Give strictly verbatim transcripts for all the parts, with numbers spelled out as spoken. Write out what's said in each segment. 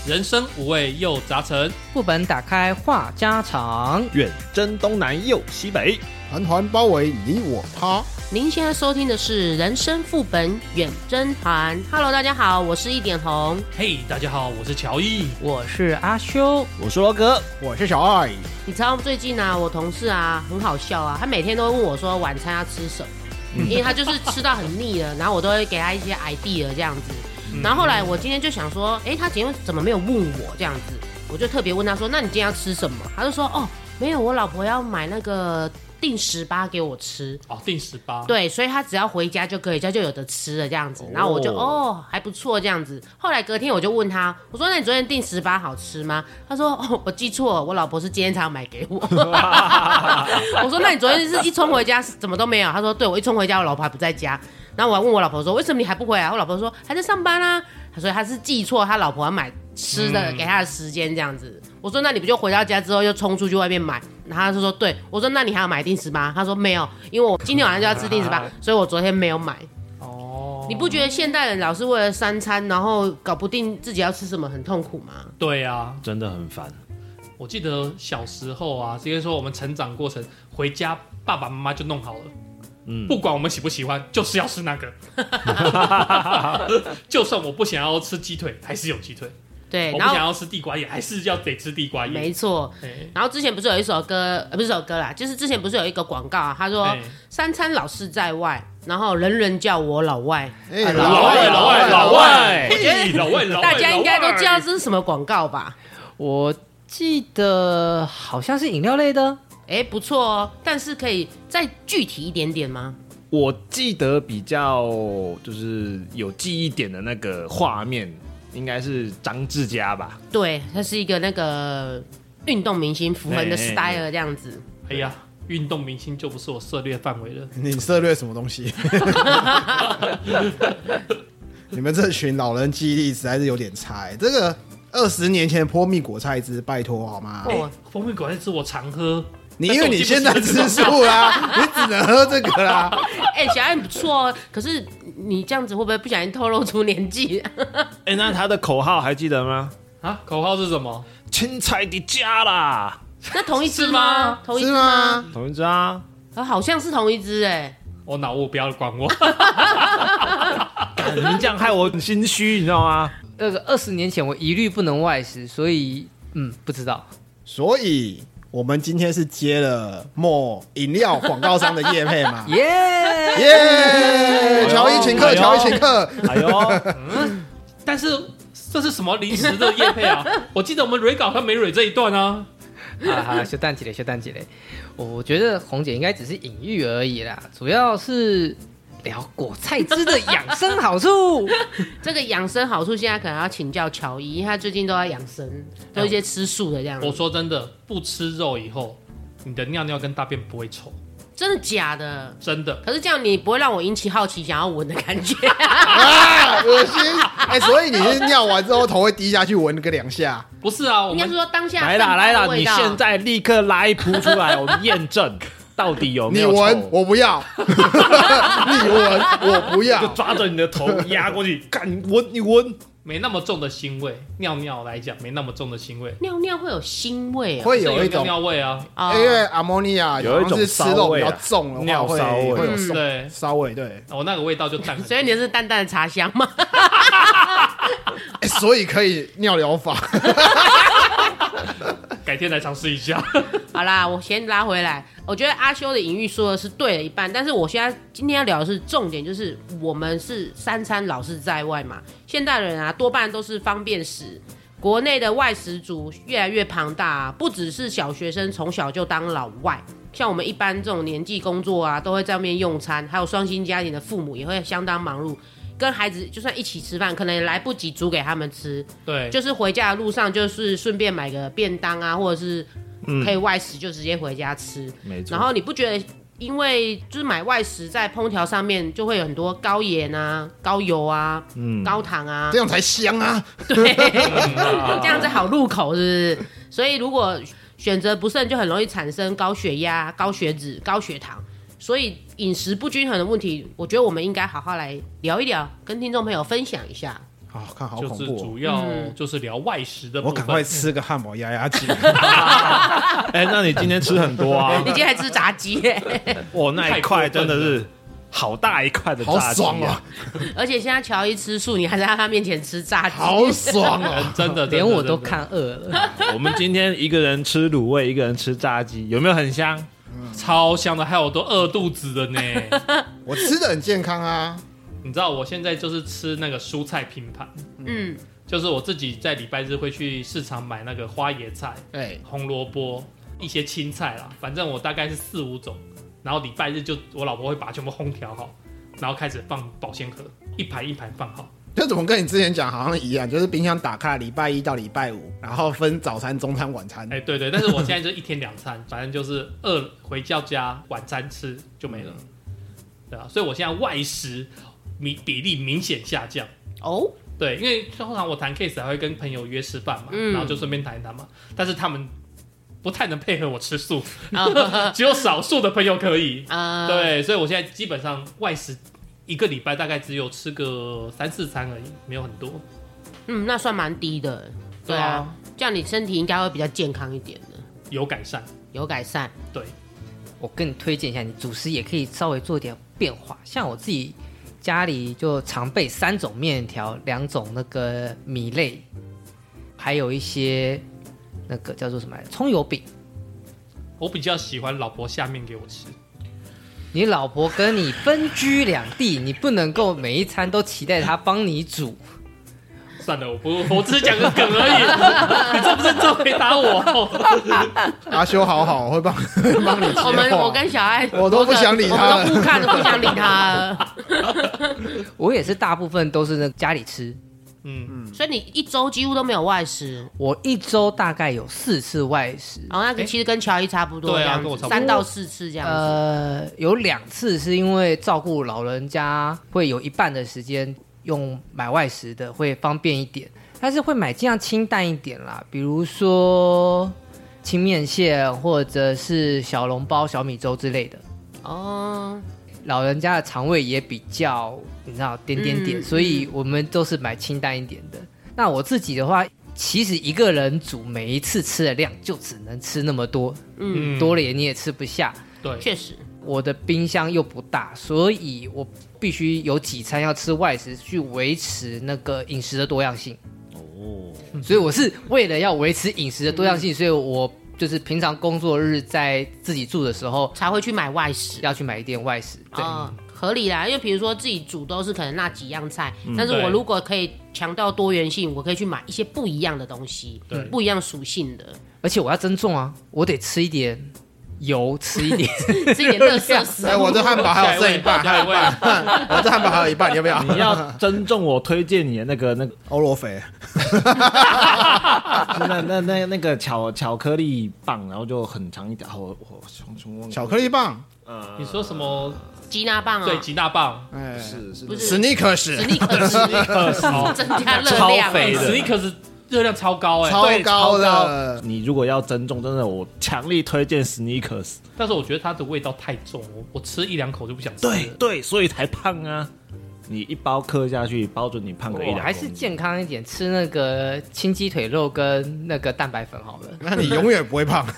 人生五味又杂陈， 副本打开话家常， 远征东南又西北， 团团包围你我他。 您现在收听的是人生副本远征团。Hello， 大家好，我是一点红。 嘿、hey, 大家好，我是乔伊， 我是阿修， 我是罗哥， 我是小爱。 你知道最近啊，我同事啊很好笑啊，他每天都会问我说晚餐要吃什么，嗯、因为他就是吃到很腻了，然后我都会给他一些 idea 这样子。然后后来我今天就想说，哎，他今天怎么没有问我这样子？我就特别问他说，那你今天要吃什么？他就说，哦，没有，我老婆要买那个定十八给我吃。 哦，定十八。 对，所以他只要回家就可以，他就有得吃了这样子。然后我就 哦, 哦还不错这样子。后来隔天我就问他，我说那你昨天定十八好吃吗？他说哦我记错了，我老婆是今天才要买给我。我说那你昨天是一冲回家怎么都没有？他说对，我一冲回家我老婆还不在家。然后我还问我老婆说为什么你还不回来？我老婆说还在上班啊。所以他是记错他老婆要买吃的给他的时间这样子。我说那你不就回到家之后又冲出去外面买？然后他就说对。我说那你还要买定十八？他说没有，因为我今天晚上就要吃定十八，所以我昨天没有买。哦，你不觉得现代人老是为了三餐，然后搞不定自己要吃什么很痛苦吗？ 对啊， 真的很烦。 我记得小时候啊，直接说我们成长过程回家爸爸妈妈就弄好了。嗯，不管我们喜不喜欢，就是要吃那个。就算我不想要吃鸡腿，还是有鸡腿。 对， 我不想要吃地瓜叶，还是要得吃地瓜叶。 没错。然后之前不是有一首歌，呃，不是首歌啦，就是之前不是有一个广告啊，他说三餐老是在外，然后人人叫我老外。 哎， 老外，老外，老外， 我觉得老外，老外， 大家应该都知道这是什么广告吧？ 我记得好像是饮料类的。 哎，不错哦，但是可以再具体一点点吗？ 我记得比较就是有记忆点的那个画面，应该是张志佳吧？ 对，他是一个那个运动明星，符合你的 style 这样子。 哎呀，运动明星就不是我涉猎范围了。 你涉猎什么东西？你们这群老人记忆力实在是有点差。这个二十年前的波蜜果菜汁，拜托好吗？ 哦，蜂蜜果菜汁我常喝。 你因为你现在吃素啦，你只能喝这个啦。 哎、欸，小安不错哦，可是你这样子会不会不小心透露出年纪？ 哎、欸，那他的口号还记得吗？ 啊，口号是什么？ 青菜的家啦。 那同一只吗？同一只吗？ 同一只啊。 啊，好像是同一只哎。 我脑雾，不要管我。 你们这样害我很心虚，你知道吗？ 那个二十年前我一律不能外食，所以嗯不知道。 所以。我们今天是接了某饮料广告商的业配嘛？ 耶耶！乔伊请客，乔伊请客。 哎呦， 嗯，但是这是什么临时的业配啊？我记得我们蕊稿他没蕊这一段啊。 哈哈，休蛋起来，休蛋起来。我觉得红姐应该只是隐喻而已啦，主要是聊果菜汁的养生好处。 这个养生好处现在可能要请教乔伊，因为他最近都在养生，都一些吃素的这样子。 我说真的，不吃肉以后，你的尿尿跟大便不会臭。 真的假的？ 真的。 可是这样你不会让我引起好奇，想要闻的感觉啊，恶心！哎、欸，所以你是尿完之后头会低下去闻个两下？ 不是啊， 应该是说当下来啦来啦，你现在立刻拉一扑出来，我们验证。到底有没有？ 你闻，我不要。你闻，我不要。 就抓着你的头压过去，干你闻，你闻， 没那么重的腥味。尿尿来讲，没那么重的腥味。 尿尿会有腥味啊， 会有一种尿味啊。 因为阿摩尼亚有一种是吃肉比较重的话， 尿骚味， 会有嗯、对骚味，对。 我、哦、那个味道就淡。 所以你是淡淡的茶香吗？ 欸、所以可以尿疗法。 改天来尝试一下。 好啦，我先拉回来。我觉得阿修的隐喻说的是对了一半，但是我现在今天要聊的是重点，就是我们是三餐老是在外嘛。现代人啊，多半都是方便食，国内的外食族越来越庞大啊，不只是小学生从小就当老外，像我们一般这种年纪工作啊，都会在外面用餐，还有双薪家庭的父母也会相当忙碌。跟孩子就算一起吃饭，可能也来不及煮给他们吃。 对， 就是回家的路上，就是顺便买个便当啊，或者是可以外食，就直接回家吃。 没错。 然后你不觉得，因为就是买外食，在烹调上面就会有很多高盐啊、高油啊、嗯、高糖啊， 这样才香啊。 对，这样才好入口，是不是？所以如果选择不慎，就很容易产生高血压、高血脂、高血糖。所以饮食不均衡的问题，我觉得我们应该好好来聊一聊，跟听众朋友分享一下。 好看好就是恐怖、哦。 主要就是聊外食的部分。 我赶快吃个汉堡压压惊。 哎、那你今天吃很多啊你？今天还吃炸鸡耶、 哇，那一块真的是好大一块的好炸鸡、啊， 爽哦！ 而且现在乔伊吃素，你还在他面前吃炸鸡， 好爽哦！ 真的， 连我都真的看饿了。 我们今天一个人吃卤味，一个人吃炸鸡，有没有很香？ 超香的，害我都饿肚子了呢。 我吃的很健康啊。 你知道我现在就是吃那个蔬菜拼盘， 嗯， 就是我自己在礼拜日会去市场买那个花椰菜、 哎， 红萝卜、一些青菜啦，反正我大概是四五种，然后礼拜日就我老婆会把它全部烘调好，然后开始放保鲜盒，一盘一盘放好。 这怎么跟你之前讲好像一样？就是冰箱打开，礼拜一到礼拜五，然后分早餐、中餐、晚餐。 哎、对对，但是我现在就一天两餐，反正就是饿回到家晚餐吃就没了，对啊，所以我现在外食比比例明显下降。 哦， 对，因为通常我谈 case 还会跟朋友约吃饭嘛， 嗯然后就顺便谈一谈嘛。但是他们不太能配合我吃素， 啊只有少数的朋友可以。 啊， 对，所以我现在基本上外食一个礼拜大概只有吃个三四餐而已，没有很多。 嗯，那算蛮低的，对对啊啊， 这样你身体应该会比较健康一点的， 有改善。 有改善。 对， 我跟你推荐一下，你主食也可以稍微做点变化。像我自己家里就常备三种面条，两种那个米类，还有一些那个叫做什么来葱油饼。 我比较喜欢老婆下面给我吃。 你老婆跟你分居两地，你不能够每一餐都期待她帮你煮。 算了，我不，我只是讲个梗而已。你这不是在回答我？ 阿修好好，会帮会帮你接话。 我们我跟小爱， 我都不想理他了我们都不看了，不想理他了。 我也是大部分都是那家里吃， 嗯， 所以你一周几乎都没有外食， 我一周大概有四次外食。 然后那个其实跟乔伊差不多， 对啊这样子跟我差不多三到四次这样子。 呃，有两次是因为照顾老人家，会有一半的时间用买外食的，会方便一点。但是会买尽量清淡一点啦，比如说清面线或者是小笼包、小米粥之类的。 哦， 老人家的肠胃也比较，你知道点点点， 嗯所以我们都是买清淡一点的。那我自己的话，其实一个人煮，每一次吃的量就只能吃那么多， 嗯， 多了也你也吃不下。 对， 确实， 我的冰箱又不大，所以我必须有几餐要吃外食，去维持那个饮食的多样性。 哦， 所以我是为了要维持饮食的多样性，所以我就是平常工作日在自己住的时候， 才会去买外食。 要去买一点外食。对， 哦，合理啦，因为比如说自己煮都是可能那几样菜，但是对我如果可以强调多元性，我可以去买一些不一样的东西， 对不一样属性的， 而且我要增重啊，我得吃一点油，吃一点。 吃一点垃圾食哎， 物。 我这汉堡还有剩一半，还有一半，我这汉堡还有一半，你要不要？ 你要尊重我推荐你的那个那个， 欧罗肥， 那那那那个巧巧克力棒，然后就很长一条，我我熊熊忘记巧克力棒， 呃你说什么？ 吉拿棒啊， 对，吉大棒哎， 是是不是史尼克史史， 尼克斯增加热量， 超肥的 ，Snickers 热量超高哎、 超对高超的， 你如果要增重，真的我强力推荐 Snickers。 但是我觉得它的味道太重，我我吃一两口就不想吃了。 对对，所以才胖啊！你一包嗑下去，包准你胖个一两公斤。 我还是健康一点，吃那个清鸡腿肉跟那个蛋白粉好了。 那你永远不会胖。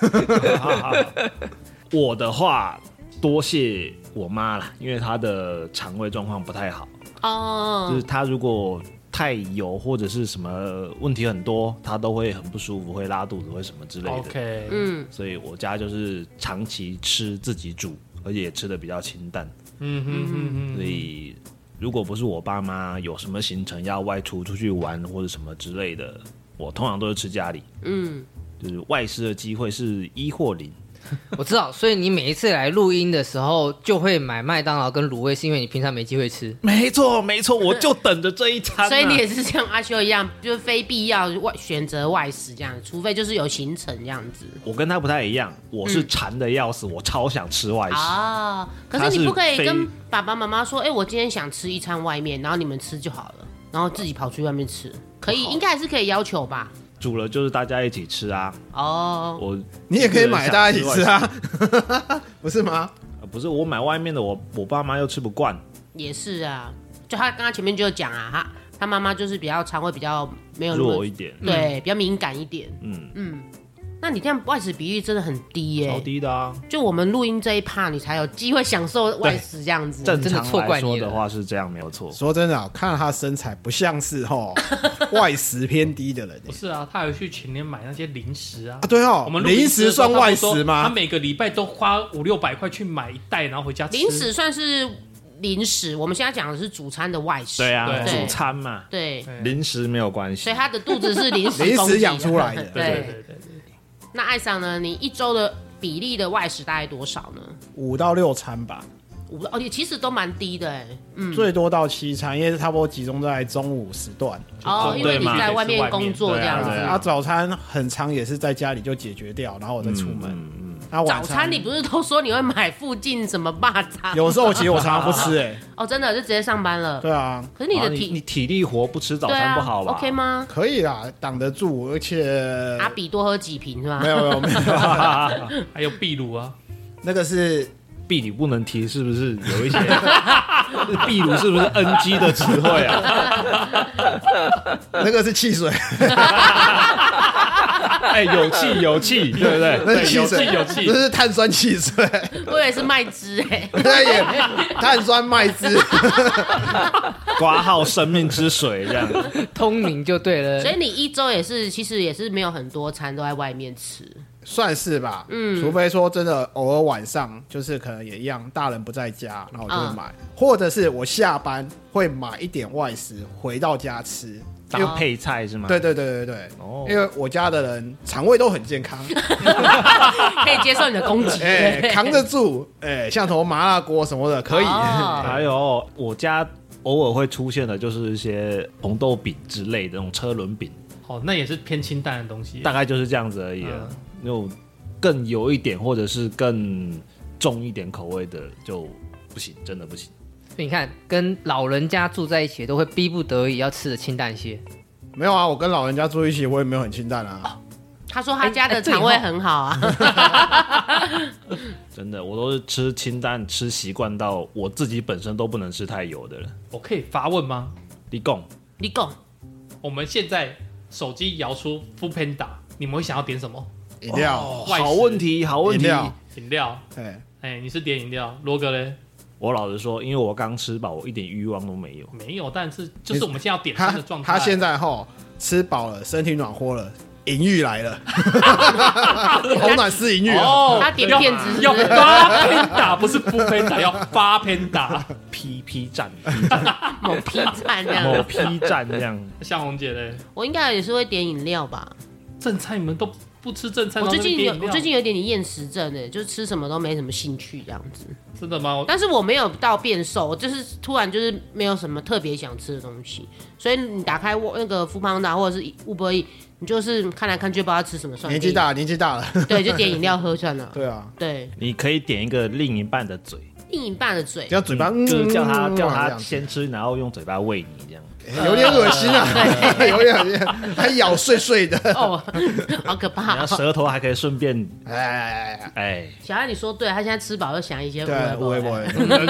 我的话，多谢我妈啦，因为她的肠胃状况不太好，就哦是，她如果太油或者是什么问题很多，她都会很不舒服，会拉肚子，会什么之类的。 OK， 嗯， 所以我家就是长期吃自己煮，而且也吃的比较清淡。 嗯哼哼所以如果不是我爸妈有什么行程要外出出去玩或者什么之类的，我通常都是吃家里。 嗯， 就是外食的机会是一或零。 我知道，所以你每一次来录音的时候就会买麦当劳跟卤味，是因为你平常没机会吃。 没错，没错，我就等着这一餐、啊。 所以你也是像阿修一样，就是非必要外选择外食这样，除非就是有行程这样子。 我跟他不太一样，我是馋的要死，我超想吃外食。 啊，可是你不可以跟爸爸妈妈说，哎、我今天想吃一餐外面，然后你们吃就好了，然后自己跑去外面吃，可以，应该还是可以要求吧？ 煮了就是大家一起吃啊。 哦， 我你也可以买大家一起吃啊。 啊，不是吗？ 呃不是我买外面的，我我爸妈又吃不惯。 也是啊，就他刚刚前面就讲啊，他他妈妈就是比较肠胃比较没有那么弱一点， 对，比较敏感一点。 嗯嗯，那你这样外食比例真的很低耶、 超低的啊。 就我们录音这一趴，你才有机会享受外食这样子。 正常真的错怪来说你了的话是这样，没有错。 说真的、啊，看到他身材不像是吼外食偏低的人、欸。 不是啊，他还去全年买那些零食啊。 啊，对哦， 我们录音零食室的时候算外食他吗？ 每个礼拜都花五六百块去买一袋，然后回家吃。 零食算是零食，我们现在讲的是主餐的外食。 对啊， 对主餐嘛， 对， 对零食没有关系所以。他的肚子是零食零食供给养出来的对对对， 对对对。 那艾桑呢？你一周的比例的外食大概多少呢？ 五到六餐吧， 五哦，其实都蛮低的哎。嗯， 最多到七餐，因为差不多集中在中午时段。 哦，因为你在外面工作这样子。 对啊啊，早餐很长也是在家里就解决掉，然后我再出门。 嗯嗯那晚早餐你不是都说你会买附近什么霸掌？ 有时候其实我常常不吃哎、 哦，真的就直接上班了。 对啊， 啊你可是你的体你体力活不吃早对啊餐不好吧 ？OK 吗？ 可以啦，挡得住，而且阿比多喝几瓶是吧？ 没有没有没有， 还有秘鲁啊， 那个是秘鲁不能提，是不是有一些秘鲁是不是 N G 的词汇啊？ 那个是汽水， 哎，有气有气，对不对？ 那是汽水， 有气有气那是碳酸汽水， 我以为是麦汁哎。 那也碳酸麦汁。 挂号生命之水这样。 通灵就对了。 所以你一周也是，其实也是没有很多餐都在外面吃。 算是吧，嗯，除非说真的偶尔晚上，就是可能也一样，大人不在家，然后我就会买， 嗯或者是我下班会买一点外食回到家吃。 当配菜是吗？ 对对对对对， 哦因为我家的人肠胃都很健康， 可以接受你的攻击。 哎、扛得住，哎、像什么麻辣锅什么的可以。 哦还有我家偶尔会出现的就是一些红豆饼之类的那种车轮饼， 哦，那也是偏清淡的东西。 大概就是这样子而已了。那种更油一点或者是更重一点口味的就不行，真的不行。 所以你看，跟老人家住在一起，都会逼不得已要吃的清淡些。 没有啊，我跟老人家住一起，我也没有很清淡啊。 他说他家的肠胃很好啊。 真的，我都是吃清淡，吃习惯到我自己本身都不能吃太油的了。 我可以发问吗？ 你讲， 你讲， 我们现在手机摇出 Foodpanda，你们会想要点什么？ 饮料， 外食好问题，好问题。 饮料饮料。 哎， 哎，你是点饮料，罗哥嘞？ 我老实说，因为我刚吃饱，我一点欲望都没有。 没有，但是就是我们现在要点他餐的状态。 他现在吼吃饱了，身体暖和了，淫欲来了，红暖思淫欲啊。 哦， 他点骗子是要不是发偏打，不是不偏打，要发偏打。 P P 站， 某 P 站这某样。 P 站这样。 向红姐嘞， 我应该也是会点饮料吧。 正餐你们都不吃正餐， 我最近有， 然后在那边点饮料我最近有点点厌食症诶，就是吃什么都没什么兴趣这样子。 真的吗？我但是我没有到变瘦，我就是突然就是没有什么特别想吃的东西，所以你打开我那个富胖达或者是 Uber Eats，你就是看来看去不知道吃什么算了。 年纪大，年纪大了。 对，就点饮料喝算了。 对啊， 对， 你可以点一个另一半的嘴， 另一半的嘴这，样嘴巴，嗯就是叫他嗯叫他这样子先吃，然后用嘴巴喂你这样。 有点恶心啊，有点恶心，还咬碎碎的。 哦，好可然怕后！舌头还可以顺便哎哎哎哎， 哎， 小安，你说对，他现在吃饱又想一些对， 无为我也我也。 真的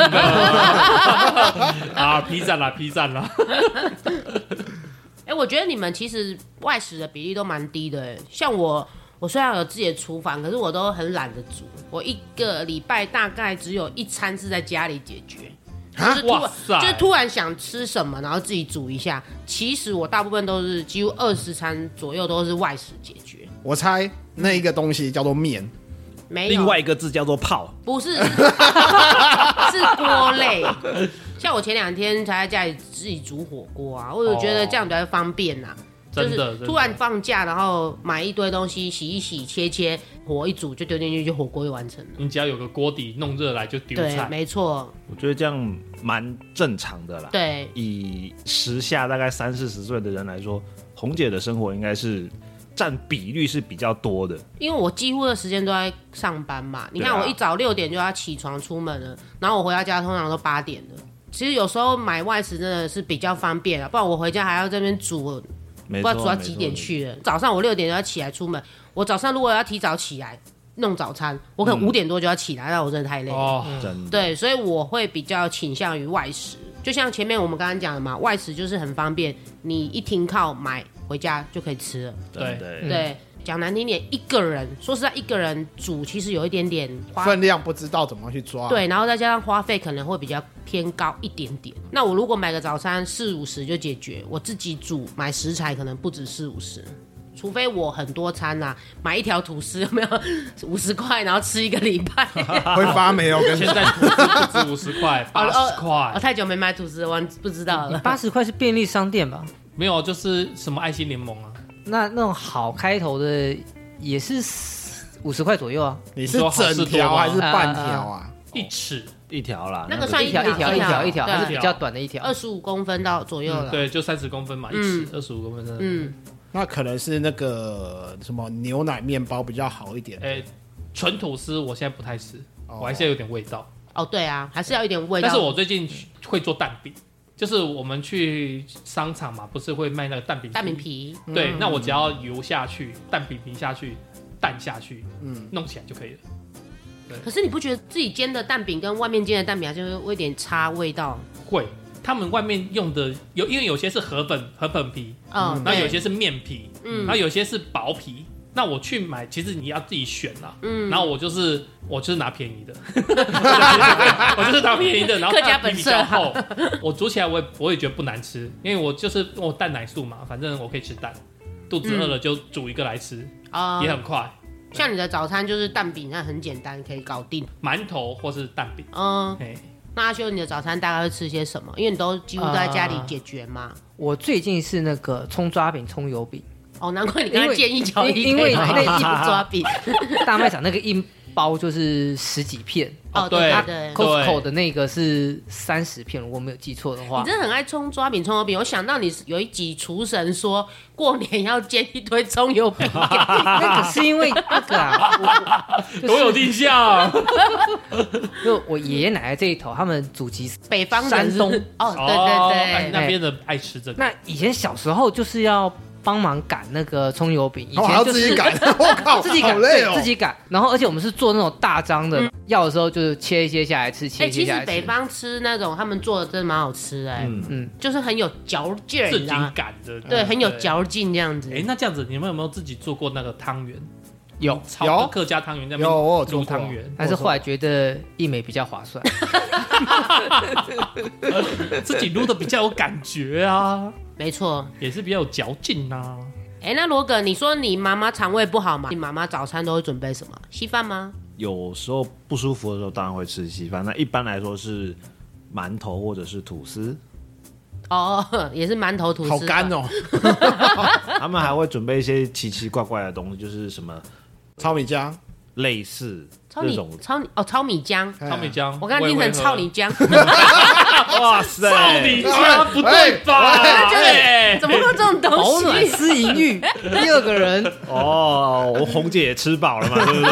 啊，批战啦，批战啦。 哎、我觉得你们其实外食的比例都蛮低的，哎，像我，我虽然有自己的厨房，可是我都很懒得煮，我一个礼拜大概只有一餐是在家里解决。就是突哇然， 塞就是突然想吃什么，然后自己煮一下。其实我大部分都是几乎二十餐左右都是外食解决， 我猜那一个东西叫做面， 没有。 另外一个字叫做泡。 不是，是是锅类。像我前两天才在家里自己煮火锅啊，我就觉得这样比较方便呐、啊。就是真的，真的突然放假，然后买一堆东西，洗一洗、切切，火一煮就丢进去，就火锅就完成了。 你只要有个锅底弄热来就丢对， 菜。 没错， 我觉得这样蛮正常的啦。 对， 以时下大概三四十岁的人来说，红姐的生活应该是占比率是比较多的。 因为我几乎的时间都在上班嘛。你看， 对啊我一早六点就要起床出门了，然后我回到家通常都八点了。其实有时候买外食真的是比较方便啊，不然我回家还要这边煮。 没错， 不知道煮到几点没错。 去了。早上我六点就要起来出门，我早上如果要提早起来弄早餐，我可能五点多就要起来，那我真的太累了。 哦， 真的。 对，所以我会比较倾向于外食。 就像前面我们刚刚讲的嘛，外食就是很方便，你一停靠买回家就可以吃了。 对对对，讲难听点，一个人说实在，一个人煮其实有一点点花分量不知道怎么去抓。 对，然后再加上花费可能会比较偏高一点点。那我如果买个早餐四五十就解决，我自己煮买食材可能不止四五十。除非我很多餐呐、啊，买一条吐司有没有五十块，然后吃一个礼拜， 会发霉哦。跟现在吐司不止五十块，八十块。 我太久没买吐司，我不知道了。 八十块是便利商店吧？ 没有，就是什么爱心联盟啊。 那那种好开头的也是五十块左右啊。 你是整条还是半条啊？ 一尺一条啦， 那个算一条一条一条一条，还是比较短的一条， 二十五公分到左右了。 嗯、对，就三十公分嘛，一尺二十五公分的。 嗯。 那可能是那个什么牛奶面包比较好一点。 哎、欸，纯吐司我现在不太吃，哦、我还是要有点味道。 哦，对啊，还是要有点味道。 但是我最近会做蛋饼，就是我们去商场嘛，不是会卖那个蛋饼蛋饼皮？ 对，嗯、那我只要油下去，蛋饼皮下去，蛋下去，嗯，弄起来就可以了。对。 可是你不觉得自己煎的蛋饼跟外面煎的蛋饼还是会有点差味道？ 会。他们外面用的有，因为有些是河粉河粉皮，嗯，然后有些是面皮，嗯，然后有些是薄皮。那我去买，其实你要自己选啦，嗯，然后我就是我就是拿便宜的，我就是拿便宜的，然后蛋皮比较厚，我煮起来我也我也觉得不难吃，因为我就是我蛋奶素嘛，反正我可以吃蛋，肚子饿了就煮一个来吃，啊、嗯，也很快。 像你的早餐就是蛋饼，那很简单，可以搞定， 馒头或是蛋饼， 嗯。那阿修，你的早餐大概会吃些什么？因为你都几乎都在家里解决嘛。呃、 我最近是那个葱抓饼、葱油饼。 哦，难怪你刚刚建议乔伊因为那一抓饼， 大卖场那个一包就是十几片。 哦，对对 ，Costco 的那个是三十片，如果没有记错的话。 你真的很爱葱抓饼、葱油饼。我想到你有一集厨神说过年要煎一堆葱油饼， 那个是因为那个啊， 我、就是、有印象。 就我爷爷奶奶这一头，他们祖籍北方山东， 哦，对对对， 哎、那边的爱吃这个。 那以前小时候就是要帮忙赶那个葱油饼，以前就是、哦、自己赶，我靠， 自己赶， 好累哦， 自己赶。然后而且我们是做那种大张的，嗯、要的时候就是切一些下来吃，切一些下来吃。 哎、欸，其实北方吃那种他们做的真的蛮好吃哎、欸，嗯嗯，就是很有嚼劲儿， 自己赶的， 对，很有嚼劲这样子。 哎、欸，那这样子你们有没有自己做过那个汤圆？ 有， 有客家汤圆， 有我有做汤圆， 但是后来觉得一美比较划算， 自己撸的比较有感觉啊， 没错， 也是比较有嚼劲啊。 哎、欸，那罗哥，你说你妈妈肠胃不好吗？你妈妈早餐都会准备什么？稀饭吗？ 有时候不舒服的时候，当然会吃稀饭。那一般来说是馒头或者是吐司。 哦，也是馒头吐司， 好干哦。 他们还会准备一些奇奇怪怪的东西，就是什么糙米浆， 类似糙米糙哦糙米浆， 糙米浆， 我刚刚听成糙米浆。 哇塞， 糙米浆不对吧？ 对，怎么会有这种东西？ 保暖思淫欲，第二个人哦，我红姐也吃饱了嘛，对不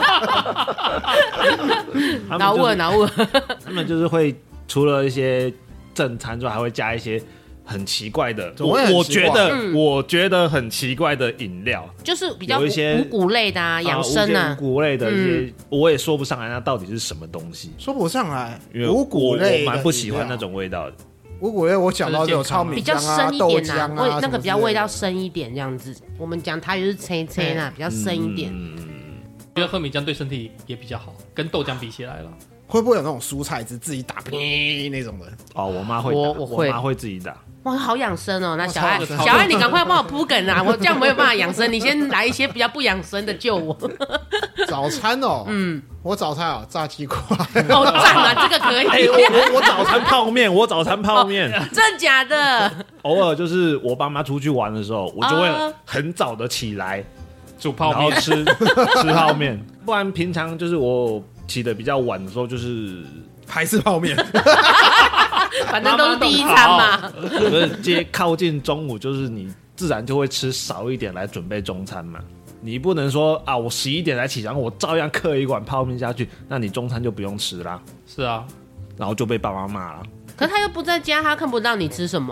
对？ 脑雾脑雾， 他们就是会除了一些正餐之外，还会加一些很奇怪的，我我觉得、嗯、我觉得很奇怪的饮料， 就是比较有一些五谷类的啊，养生啊， 五谷类的一些、嗯，我也说不上来那到底是什么东西， 说不上来。 五谷类我蛮不喜欢那种味道的。 五谷类我想到就有糙米比较深一点啊， 味那个比较味道深一点这样子。我们讲台语是青青啊，比较深一点。 嗯， 觉得喝米浆对身体也比较好，跟豆浆比起来了。 会不会有那种蔬菜汁自己打呸那种的？ 哦，我妈会打，我我会，我妈会自己打。 哇，好养生哦！那小爱，小爱，你赶快帮我铺梗啊！我这样没有办法养生，你先来一些比较不养生的救我。 早餐哦，嗯，我早餐哦，炸鸡块， 好赞啊，这个可以。 欸、我我我早餐泡面，我早餐泡面， 哦、真的假的？ 偶尔就是我爸妈出去玩的时候，我就会很早的起来煮泡面， 然后吃吃泡面。不然平常就是我起的比较晚的时候，就是还是泡面。 反正都是第一餐嘛， 可是接靠近中午，就是你自然就会吃少一点来准备中餐嘛。你不能说啊，我十一点才起床，我照样嗑一碗泡面下去，那你中餐就不用吃啦。 是啊， 然后就被爸妈骂了。 可是他又不在家，他看不到你吃什么。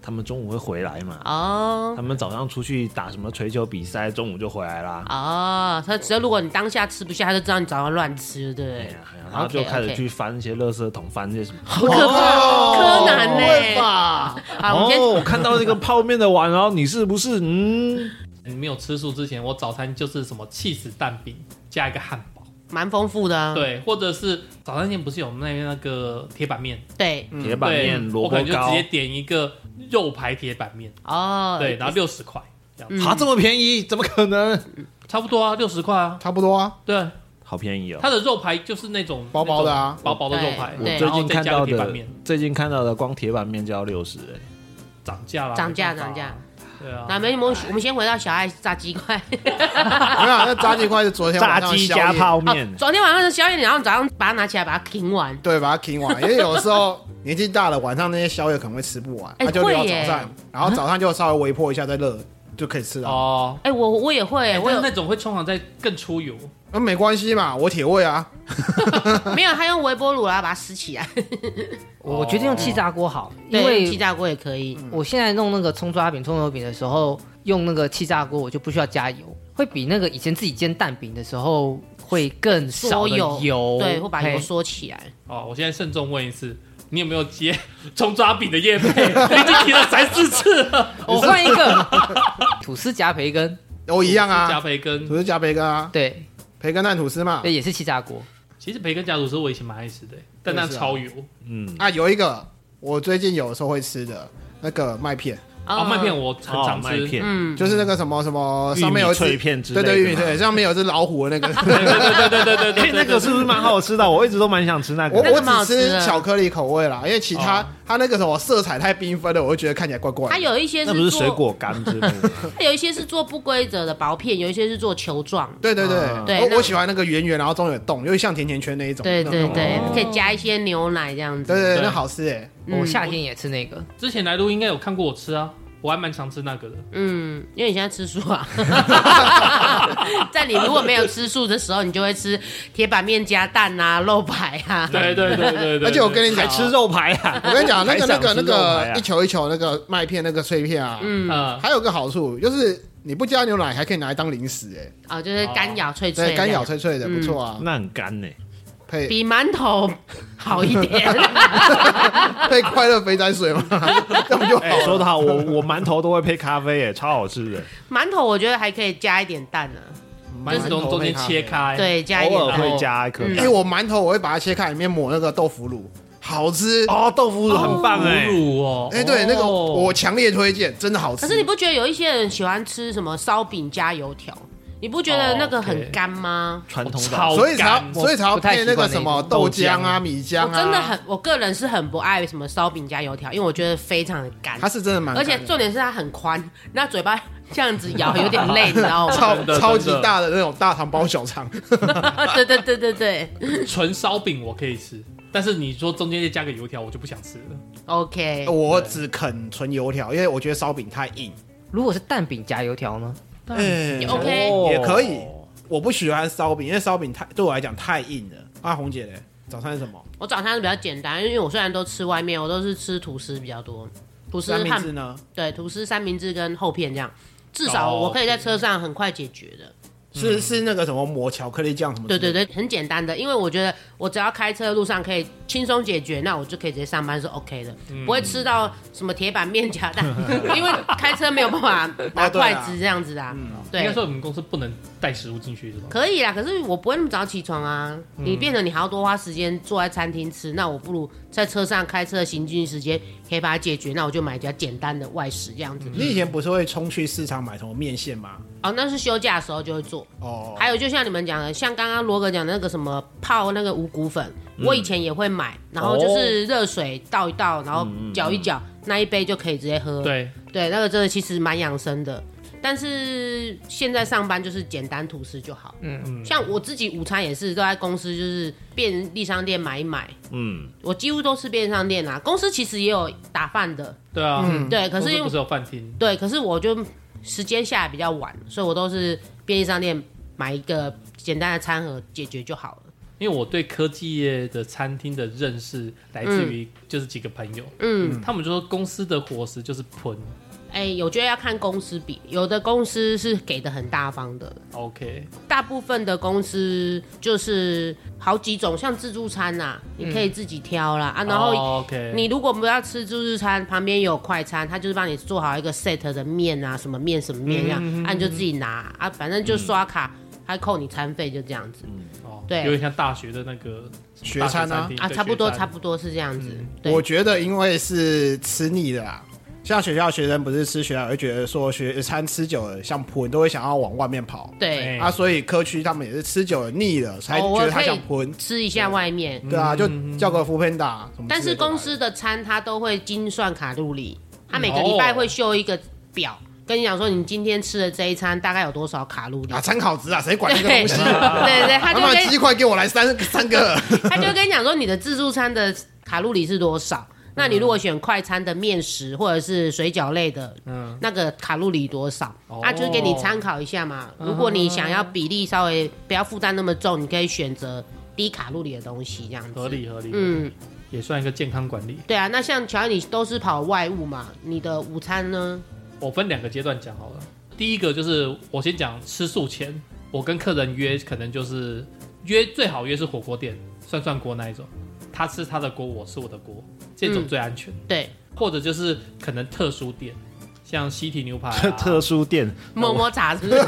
他们中午会回来嘛。 哦他们早上出去打什么锤球比赛，中午就回来啦。 哦，他只要如果你当下吃不下，他就知道你早上乱吃，对不对？ 哎呀哎呀，然后就开始去翻一些垃圾桶，翻一些什么。 好可怕，柯南呢？ 会吧？ 好，我们先哦，我看到这个泡面的碗，然后你是不是嗯？ 你没有吃素之前，我早餐就是什么起司蛋饼加一个汉堡， 蛮丰富的啊。 对，或者是早餐店不是有那边那个铁板面， 对， 铁板面、 对萝卜糕我可能就直，接点一个肉排铁板面， 哦， 对，然后六十块这样子， 啊，这么便宜，怎么可能？ 差不多啊，六十块啊， 差不多啊， 对， 好便宜哦！ 它的肉排就是那种薄薄的啊那种薄薄的肉排， 对我最近看到然后再加个铁板的面， 最近看到的光铁板面就要六十哎。 涨价啦， 涨价没办法涨价。 对啊， 那没我们我们先回到小爱炸鸡块。 没有，那炸鸡块是昨天晚炸上宵夜鸡加泡哦面，， 昨天晚上的宵夜，然后早上把它拿起来把它停完。 对，把它停完，因为有的时候年纪大了，晚上那些宵夜可能会吃不完， 哎那就留到会耶早上，然后早上就稍微微波一下再热，就可以吃了。 哦， 哎，我我也会， 哎， 我有我有那种会通常在更出油， 那没关系嘛，我铁胃啊。 没有？他用微波炉然后把它撕起来， 我觉得用气炸锅好，因对，气为炸锅也可以。 我现在弄那个葱抓饼、葱油饼的时候，用那个气炸锅，我就不需要加油，会比那个以前自己煎蛋饼的时候会更少的缩油， 对，会把油嘿缩起来。 哦，我现在慎重问一次，你有没有接葱抓饼的业配？你已经提了三四次了。 我换一个吐司夹培根， 都一样加啊， 培根， 吐司加培根啊， 对， 培根蛋吐司嘛。 对，也是气炸锅。 其实培根加吐司我以前蛮爱吃的，但那超油。 嗯， 啊，有一个我最近有时候会吃的那个麦片， 哦，麦片我很常吃， 麦片， 嗯， 就是那个什么什么玉上面有一只米脆片之类的， 对对，玉米脆，上面有只老虎的那个。 对对对对对对对哎，那个是不是蛮好吃的？我一直都蛮想吃那个。 我我那个蛮好只吃吃的巧克力口味啦，因为其他哦它那个什么色彩太缤纷了，我会觉得看起来怪怪的。 它有一些那不是做水果干之类的吗？ 它有一些是做不规则的薄片，有一些是做球状。 对对对啊， 对那我我喜欢那个圆圆，然后中间有洞，有点像甜甜圈那一种。 对对对哦， 可以加一些牛奶这样子。 对对对， 对那好吃哎。 嗯我夏天也吃那个， 之前来录应该有看过我吃啊，我还蛮常吃那个的。 嗯，因为你现在吃素啊，在你如果没有吃素的时候，你就会吃铁板面加蛋啊、肉排啊。 对对对对对， 而且我跟你讲， 还吃肉排啊？ 我跟你讲，那个那个那还想吃肉排啊个一球一球那个麦片那个脆片啊， 嗯， 嗯， 还有个好处就是你不加牛奶还可以拿来当零食哎， 哦，就是干咬脆脆对， 的， 干咬脆脆的，不错啊。 那很干呢。 配比馒头好一点。 配快乐肥仔水嘛，这样就好哎，说了。 得好，我我馒头都会配咖啡，哎，超好吃的。 馒头我觉得还可以加一点蛋呢、 馒头从中间切开，， 对，加一偶尔点蛋。 会加一颗嗯蛋。 因为我馒头我会把它切开，里面抹那个豆腐乳，好吃。 哦，豆腐乳很棒哎。 乳哦， 哎，对，那个哦我强烈推荐，真的好吃。 可是你不觉得有一些人喜欢吃什么烧饼加油条？你不觉得那个很干吗？ 传统的超所以才要干所以才要不太配那个习惯那什么种豆浆啊、米浆啊。 我真的很，我个人是很不爱什么烧饼加油条，因为我觉得非常的干， 它是真的蛮而干的， 且重点是它很宽，那嘴巴这样子咬有点累，你知道吗？ 超真的超级真的大的那种大肠包小肠。 对对对对对纯烧饼我可以吃，但是你说中间再加个油条，我就不想吃了。 ，OK， 我只啃纯油条，因为我觉得烧饼太硬。 如果是蛋饼夹油条呢？ 哎也 OK 哦也可以。我不喜欢烧饼，因为烧饼太对我来讲太硬了。啊，红姐嘞，早餐是什么？ 我早餐是比较简单，因为我虽然都吃外面，我都是吃吐司比较多，吐司三明汉治呢？ 对吐司三明治跟厚片这样，至少我可以在车上很快解决的。 是是那个什么抹巧克力酱什么？ 对对。对，很简单的，因为我觉得我只要开车的路上可以轻松解决，那我就可以直接上班是 OK 的，不会吃到什么铁板面夹蛋，因为开车没有办法拿筷子这样子啊。对应该，说我们公司不能带食物进去是吧？ 可以啦，可是我不会那么早起床啊。你变成你还要多花时间坐在餐厅吃，那我不如在车上开车的行进时间可以把它解决，那我就买比较简单的外食这样子。 你以前不是会冲去市场买什么面线吗？ 哦，那是休假的时候就会做。 哦， 还有就像你们讲的，像刚刚罗哥讲的那个什么泡那个五谷粉，我以前也会买，然后就是热水倒一倒，然后搅一搅，那一杯就可以直接喝。 对， 对，那个真的其实蛮养生的。但是现在上班就是简单吐司就好。嗯嗯，像我自己午餐也是都在公司，就是便利商店买一买。 嗯， 我几乎都吃便利商店啊。公司其实也有打饭的， 对啊， 嗯对，可是因为公司不是有饭厅？ 对，可是我就时间下来比较晚，所以我都是便利商店买一个简单的餐盒解决就好了。 因为我对科技业的餐厅的认识来自于就是几个朋友，嗯，他们就说公司的伙食就是喷。 哎，我觉得要看公司比，有的公司是给的很大方的 ，OK， 大部分的公司就是好几种，像自助餐呐、啊，你可以自己挑啦、嗯、啊，然后你如果不要吃自助餐，旁边有快餐，他就是帮你做好一个 set 的面啊，什么面什么面这样，嗯、啊你就自己拿啊，反正就刷卡，还、嗯、扣你餐费，就这样子。嗯， 哦，对，有点像大学的那个学餐啊， 啊，差不多差不多是这样子。 嗯、我觉得因为是吃腻的啦。像学校学生不是吃学校，会觉得说学餐吃久了，像喷都会想要往外面跑。 对啊，所以科区他们也是吃久了腻了，才觉得它像喷、哦、 吃一下外面。 对啊，就叫个Foodpanda。 但是公司的餐它都会精算卡路里，它每个礼拜会秀一个表，跟你讲说你今天吃的这一餐大概有多少卡路里啊？参考值啊，谁管那个东西、啊？ 对对对，他就跟鸡块给我来三三个， 他就跟你讲说你的自助餐的卡路里是多少。那你如果选快餐的面食或者是水饺类的，嗯，那个卡路里多少？哦、啊，就是给你参考一下嘛。如果你想要比例稍微不要负担那么重，你可以选择低卡路里的东西，这样子合理合理。嗯，也算一个健康管理。 对啊，那像乔安你都是跑外务嘛，你的午餐呢？ 我分两个阶段讲好了。第一个就是我先讲吃素前，我跟客人约可能就是约最好约是火锅店，涮涮锅那一种。他吃他的锅，我吃我的锅，这种最安全。 嗯、对， 或者就是可能特殊店，像西提牛排、啊、 特殊店， 摸摸茶是不是？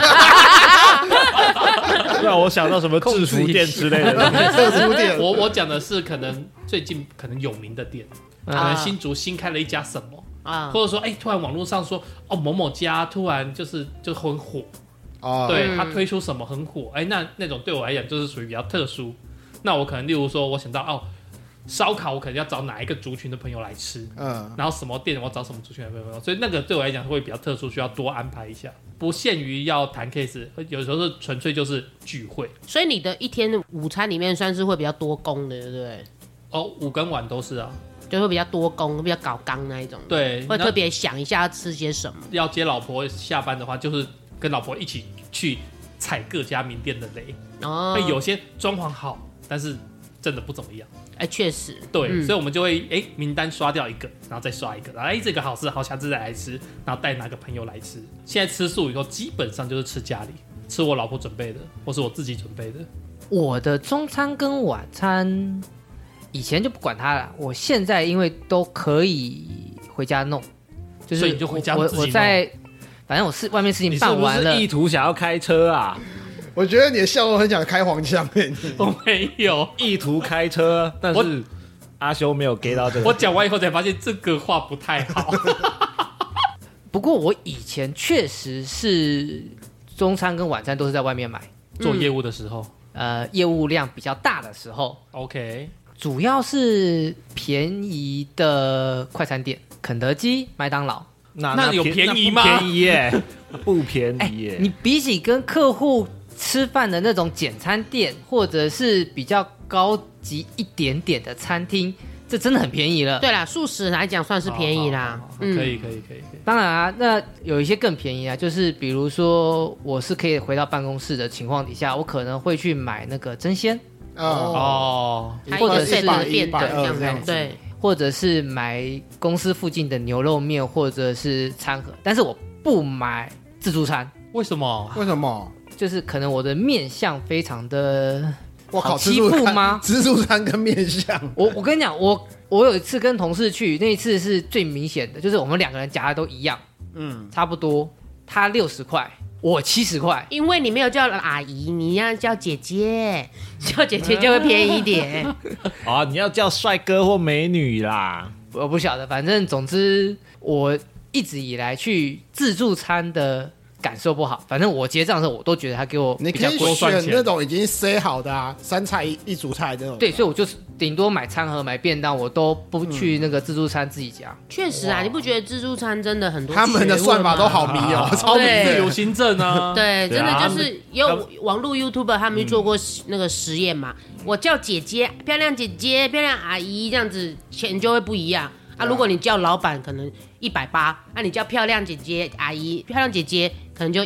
让我想到什么制服店之类的特殊店。 我我讲的是可能最近可能有名的店，可能新竹新开了一家什么，啊、或者说哎、欸，突然网络上说哦某某家突然就是就很火，哦，对、嗯、他推出什么很火，哎、欸，那那种对我来讲就是属于比较特殊。那我可能例如说，我想到哦。烧烤我可能要找哪一个族群的朋友来吃，嗯，然后什么店我找什么族群的朋友，所以那个对我来讲会比较特殊，需要多安排一下，不限于要谈 case， 有时候是纯粹就是聚会。 所以你的一天午餐里面算是会比较多工的，对不对？ 哦，午跟晚都是啊， 就会比较多工，比较搞纲那一种。 对， 会特别想一下要吃些什么。 要接老婆下班的话，就是跟老婆一起去踩各家名店的雷。哦，会有些装潢好，但是真的不怎么样。 哎、欸，确实， 对、嗯，所以我们就会哎、欸、名单刷掉一个，然后再刷一个，然后哎、欸、这个好吃，好下次再来吃，然后带哪个朋友来吃。现在吃素以后，基本上就是吃家里，吃我老婆准备的，或是我自己准备的。 我的中餐跟晚餐以前就不管它了，我现在因为都可以回家弄，就是所以你就回家自己弄。 我我在，反正我是外面事情办完了， 你是不是意图想要开车啊？ 我觉得你的笑容很想开黄腔诶， 我没有意图开车，但是阿修没有 get 到这个。 我讲完以后才发现这个话不太好。 不过我以前确实是中餐跟晚餐都是在外面买， 做业务的时候， 嗯、呃，业务量比较大的时候 ，OK， 主要是便宜的快餐店，肯德基、麦当劳。 那那有便宜吗？ 不便宜耶，不便宜耶。 欸、你比起跟客户吃饭的那种简餐店，或者是比较高级一点点的餐厅，这真的很便宜了。 对啦，素食来讲算是便宜啦。 好好好嗯，可以可以可以。 当然啊，那有一些更便宜啊，就是比如说我是可以回到办公室的情况底下，我可能会去买那个蒸鲜哦， 或者是变的这样子，对， 或者是买公司附近的牛肉面或者是餐盒，但是我不买自助餐。 为什么？ 为什么？ 就是可能我的面相非常的我靠， 欺负吗？ 自助餐跟面相， 我我跟你讲，我我有一次跟同事去，那一次是最明显的，就是我们两个人夹的都一样，嗯，差不多，他六十块，我七十块， 因为你没有叫阿姨，你要叫姐姐，叫姐姐就会便宜一点。 啊，你要叫帅哥或美女啦， 我不晓得，反正总之我一直以来去自助餐的感受不好，反正我结账的时候我都觉得他给我比较贵，你可以选那种已经塞好的啊，三菜一一主菜这种。 对，所以我就是顶多买餐盒、买便当，我都不去那个自助餐自己夹。 确、嗯、实啊，你不觉得自助餐真的很多？ 他们的算法都好迷哦，超迷自由行政啊。 对，真的就是有网络 YouTuber 他们做过那个实验嘛、嗯，我叫姐姐、漂亮姐姐、漂亮阿姨这样子，钱就会不一样。啊，如果你叫老板可能一百八，那你叫漂亮姐姐、阿姨、漂亮姐姐可能就一百，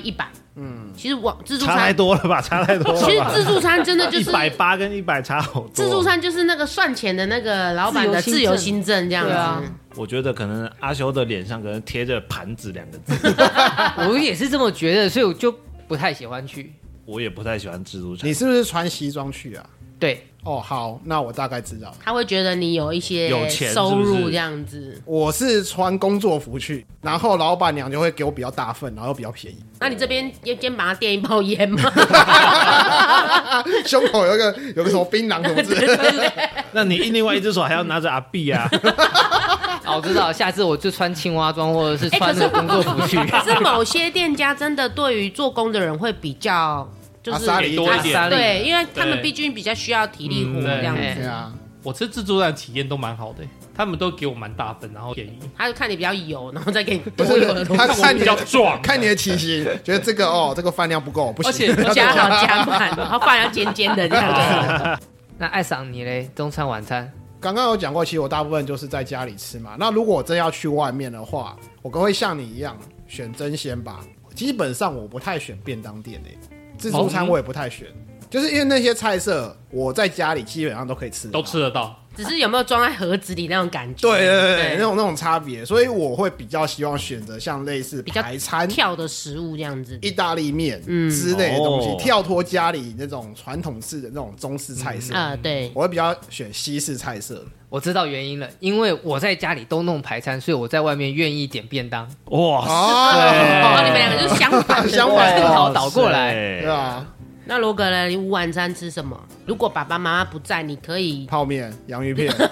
嗯，其实往自助差太餐， 多了吧？差太多了吧。 其实自助餐真的就一是百八跟一百差好多。 自助餐就是那个算钱的那个老板的自由自由新政这样子。 对啊我觉得可能阿修的脸上可能贴着盘子两个字。 我也是这么觉得，所以我就不太喜欢去。 我也不太喜欢自助餐。 你是不是穿西装去啊？ 对， 哦，好，那我大概知道。 他会觉得你有一些有钱收是不是入这样子。 我是穿工作服去，然后老板娘就会给我比较大份，然后又比较便宜。 那你这边肩肩膀上垫一包烟吗？ 胸口有一个有个什么槟榔什么之类的。 那你另外一只手还要拿着阿碧啊？ 好，我知道，下次我就穿青蛙装或者是哎穿那个工作服去。 可是某些店家真的对于做工的人会比较。就是阿萨里多一点对，因为他们对毕竟比较需要体力活嗯对这样子， 对啊， 我吃自助餐体验都蛮好的，他们都给我蛮大份，然后便宜， 他就看你比较油，然后再给你不是多油的东西， 他看你比较壮， 看你的体型，觉得这个哦，这个饭量不够，不行。 而且加好加满，然后饭要尖尖的这样子。 那艾桑你嘞？中餐晚餐？ 刚刚有讲过，其实我大部分就是在家里吃嘛。那如果我真要去外面的话，我可会像你一样选真鲜吧。基本上我不太选便当店诶、自助餐我也不太选，就是因为那些菜色我在家里基本上都可以吃得到， 都吃得到。 只是有没有装在盒子里那种感觉？ 对对对对，那种那种差别，所以我会比较希望选择像类似比较排餐、 跳的食物这样子。 意大利面嗯之类的东西， 哦跳脱家里那种传统式的那种中式菜色。 啊，对， 我会比较选西式菜色。 我知道原因了，因为我在家里都弄排餐，所以我在外面愿意点便当。 哇哦， 哦，你们两个就是相反的。 相反正好倒过来对啊， 那罗格呢？你午晚餐吃什么？如果爸爸妈妈不在，你可以泡面、洋芋片。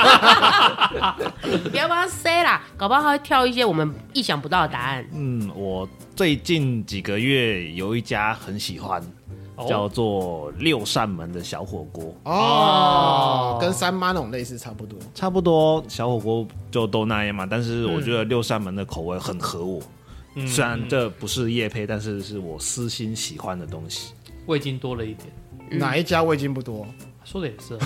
不要帮他塞啦，搞不好他会跳一些我们意想不到的答案。 嗯，我最近几个月有一家很喜欢， 哦叫做六扇门的小火锅， 哦，跟三妈那种类似差不多。 差不多小火锅就都那样嘛，但是我觉得六扇门的口味很合我。 嗯虽然这不是业配，但是是我私心喜欢的东西。 味精多了一点， 哪一家味精不多？ 说的也是。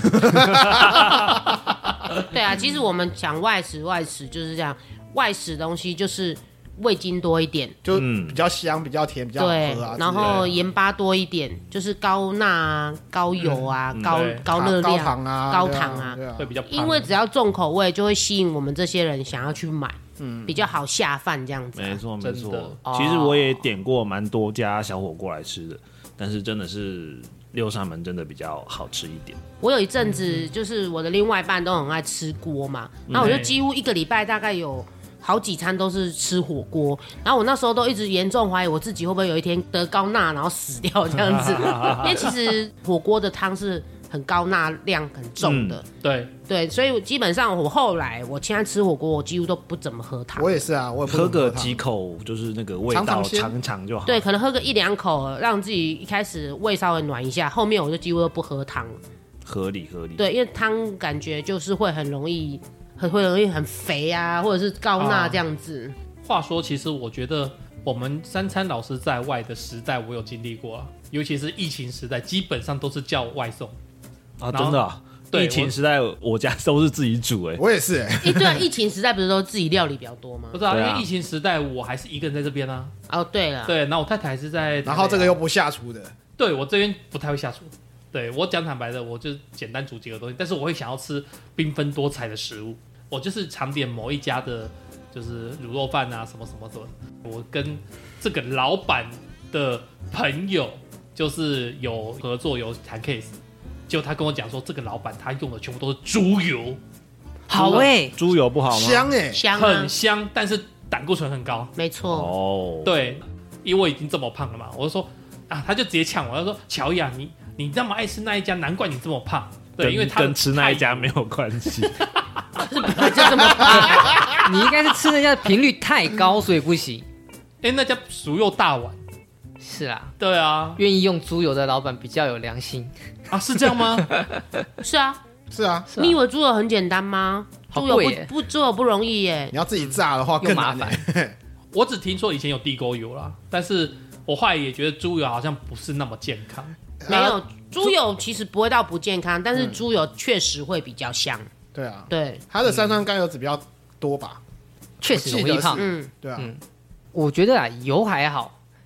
对啊，其实我们讲外食，外食就是这样，外食东西就是味精多一点， 就嗯比较香、比较甜、比较好对喝啊。， 然后盐巴多一点，就是高钠啊、高油啊、高对高高热量、 糖啊， 高对啊糖啊对啊会比较胖， 因为只要重口味，就会吸引我们这些人想要去买，嗯，比较好下饭这样子啊、 没错没真的错， 哦其实我也点过蛮多家小火锅来吃的，但是真的是六扇门真的比较好吃一点。 我有一阵子就是我的另外一半都很爱吃锅嘛，然后我就几乎一个礼拜大概有好几餐都是吃火锅，然后我那时候都一直严重怀疑我自己会不会有一天得高钠然后死掉这样子，因为其实火锅的汤是很高钠量很重的， 对， 对，所以基本上我后来我现在吃火锅我几乎都不怎么喝汤我，也是啊，我也不能汤喝个几口就是那个味道尝尝鲜尝尝就好。 对，可能喝个一两口让自己一开始胃稍微暖一下，后面我就几乎都不喝汤， 合理合理。 对，因为汤感觉就是会很容易。很会容易很肥啊，或者是高钠这样子。 话说，其实我觉得我们三餐老师在外的时代，我有经历过啊，尤其是疫情时代，基本上都是叫外送。 啊， 然后真的啊！ 对疫情时代我家都是自己煮哎、 我也是哎、 哎、对啊，疫情时代不是都自己料理比较多吗不？知道、 对啊因为疫情时代，我还是一个人在这边啊。 哦，对了， 对，然后我太太还是在台北啊， 然后这个又不下厨的， 对我这边不太会下厨。对我讲坦白的，我就简单煮几个东西，但是我会想要吃缤纷多彩的食物。我就是常点某一家的，就是卤肉饭啊，什么什么什么。我跟这个老板的朋友就是有合作，有谈 case， 结果他跟我讲说，这个老板他用的全部都是猪油， 好哎、 猪油不好吗？ 香哎、 香啊很，香，但是胆固醇很高。 没错。 哦，， 对，因为我已经这么胖了嘛，我就说啊，他就直接呛我，他说乔雅，你你那么爱吃那一家，难怪你这么胖。对， 跟因为他跟吃那一家太没有关系。 就这么胖， 你应该是吃人家的频率太高，所以不行。 哎、那家熟肉大碗。 是啊， 对啊， 愿意用猪油的老板比较有良心。 啊是这样吗？ 是啊， 是啊， 是啊你以为猪油很简单吗？猪油好贵耶不不猪油不容易耶。 你要自己炸的话又更难、 麻烦欸。 我只听说以前有地沟油啦，但是我后来也觉得猪油好像不是那么健康。 没有猪油其实不会到不健康，但是猪油确实会比较香。 对啊， 对， 它的三酸甘油脂比较多吧？ 确实容易胖。 嗯， 对啊， 嗯我觉得啊，油还好，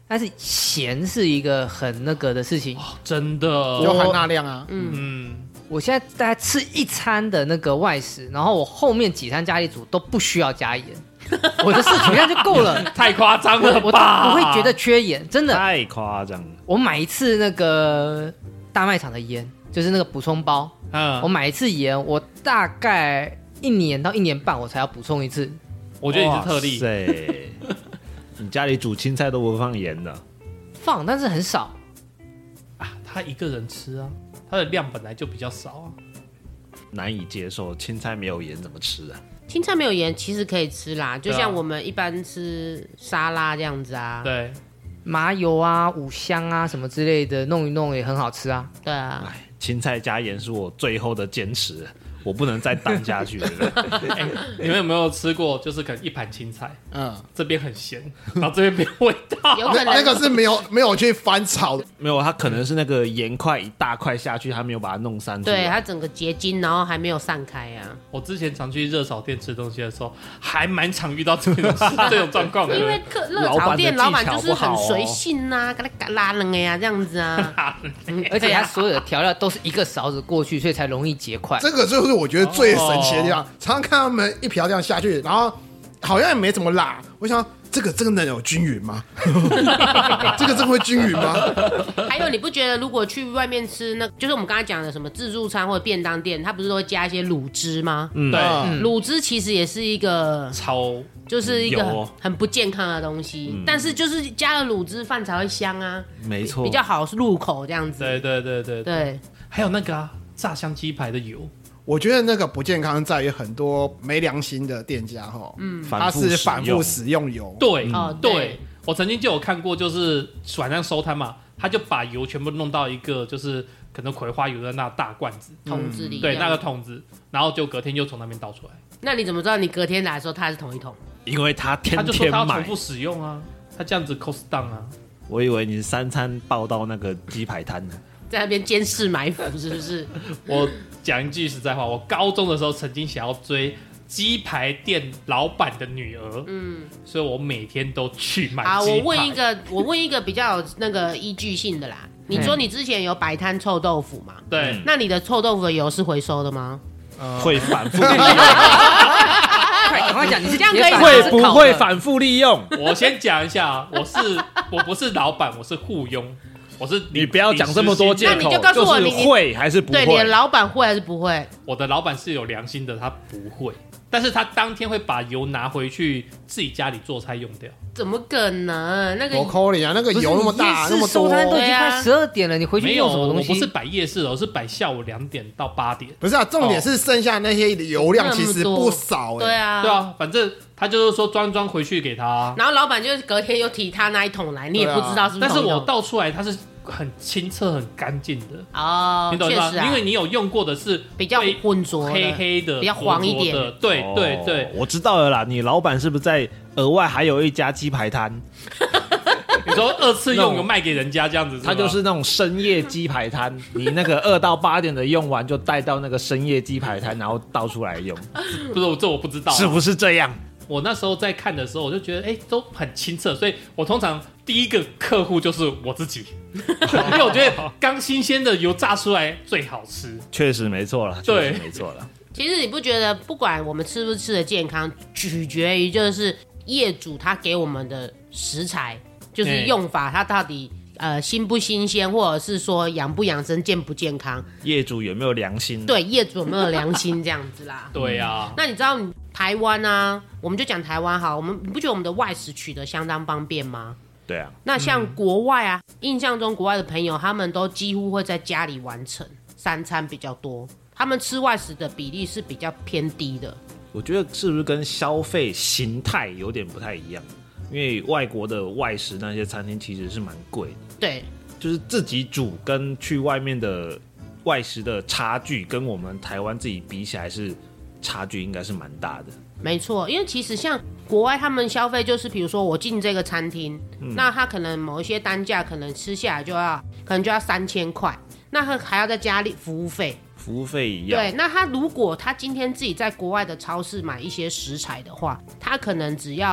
但是咸是一个很那个的事情， 哦、真的就含钠量啊。 嗯嗯， 我现在大概吃一餐的那个外食，然后我后面几餐家里煮都不需要加盐，我的摄取量就够了。 太夸张了我吧？ 不会觉得缺盐，真的。 太夸张了。 我买一次那个大卖场的盐，就是那个补充包， 嗯， 我买一次盐，我大概一年到一年半我才要补充一次。 我觉得你是特例。 对，你家里煮青菜都不放盐的？ 放，但是很少。 啊，他一个人吃啊，他的量本来就比较少啊， 难以接受，青菜没有盐怎么吃啊？ 青菜没有盐其实可以吃啦，就像我们一般吃沙拉这样子啊。 对， 麻油啊、五香啊什么之类的，弄一弄也很好吃啊。 对啊， 哎，青菜加盐是我最后的坚持，我不能再淡下去了。 哎、你们有没有吃过？就是可能一盘青菜， 嗯， 这边很咸，然后这边没有味道。 有可能那那个是没有没有去翻炒的。 没有，它可能是那个盐块一大块下去，它没有把它弄散出来。 对它整个结晶，然后还没有散开啊。 我之前常去热炒店吃东西的时候，还蛮常遇到这种这种状况的。 因为客热炒店老板就是很随性呐、啊，给他拉冷呀这样子啊。 嗯，而且它所有的调料都是一个勺子过去，所以才容易结块。 这个就是我觉得最神奇的地方。常常看他们一瓢这样下去，然后好像也没怎么辣。我想这个这个能有均匀吗？这个这个会均匀吗？ 还有，你不觉得如果去外面吃，那就是我们刚才讲的什么自助餐或者便当店，它不是都会加一些卤汁吗？ 嗯， 对， 嗯卤汁其实也是一个， 超就是一个很油很不健康的东西， 嗯但是就是加了卤汁，饭才会香啊， 没错， 比较好入口这样子。 对对对对对， 还有那个啊，炸香鸡排的油， 我觉得那个不健康在于很多没良心的店家哈，嗯，他反复是反复使使用油， 对， 哦对对我曾经就有看过，就是晚上收摊嘛，他就把油全部弄到一个就是可能葵花油的那大罐子， 桶子里、 对，那个。桶子，然后就隔天又从那边倒出来， 那你怎么知道你隔天来的时候它还是同一桶？ 因为他天他就说天买他要重复。使用啊，他这样子 cost down 啊， 我以为你是三餐报到那个鸡排摊呢。 在那边监视埋伏是不是？ 我讲一句实在话，我高中的时候曾经想要追鸡排店老板的女儿，嗯，所以我每天都去买鸡排。 好，我问一个，我问一个比较有那个依据性的啦。你说你之前有摆摊臭豆腐嘛？ 对， 那你的臭豆腐的油是回收的吗？ 会反复利用， 快赶快讲，你是这样可以吗铁板会不还是烤的会反复利用？ 我先讲一下，我是我不是老板，我是雇佣，我是你不要讲这么多借口， 那你就告诉我是你会还是不对，你的会？ 老板会还是不会？ 我的老板是有良心的，他不会，但是他当天会把油拿回去自己家里做菜用掉。 怎么可能？那我个抠你啊，那个油那么大，那么多收，摊都已经对啊快十二点了，你回去没有， 用什么东西？ 我不是摆夜市的，我是摆下午两点到八点。 不是啊，重点是剩下那些油量那么其实不少哎。 对啊， 对。啊，反正他就是说装装回去给他， 然后老板就是隔天又提他那一桶来，你也对啊不知道是不是但是同一桶。 我倒出来它是很清澈、很干净的， 哦你，懂吗？ 确实啊， 因为你有用过的是比较灰浑浊的黑黑的、 比较黄一点浊浊的，对对哦对。 我知道了啦。你老板是不是在额外还有一家鸡排摊？ 你说二次那种用有卖给人家这样子是吧， 他就是那种深夜鸡排摊，你那个二到八点的用完就带到那个深夜鸡排摊，然后倒出来用， 不是这我不知道啊， 是不是这样？ 我那时候在看的时候，我就觉得哎、都很清澈，所以我通常第一个客户就是我自己，因为我觉得刚新鲜的油炸出来最好吃。 确实没错了， 对确实没错了。 其实你不觉得，不管我们吃不吃的健康，取决于就是业主他给我们的食材，就是对用法，它到底呃新不新鲜，或者是说养不养生、健不健康， 业主有没有良心？， 对业主有没有良心这样子啦。 对呀、啊， 那你知道你台湾啊，我们就讲台湾好，我们你不觉得我们的外食取得相当方便吗？ 对啊， 那像国外啊，印象中国外的朋友，他们都几乎会在家里完成三餐比较多，他们吃外食的比例是比较偏低的。 我觉得是不是跟消费形态有点不太一样？因为外国的外食那些餐厅其实是蛮贵的， 对， 就是自己煮跟去外面的外食的差距，跟我们台湾自己比起来是差距应该是蛮大的。 没错，因为其实像国外他们消费就是，比如说我进这个餐厅， 嗯那他可能某一些单价可能吃下来就要可能就要三千块，那他还要再加服务费。 服务费一样， 对，那他如果他今天自己在国外的超市买一些食材的话，他可能只要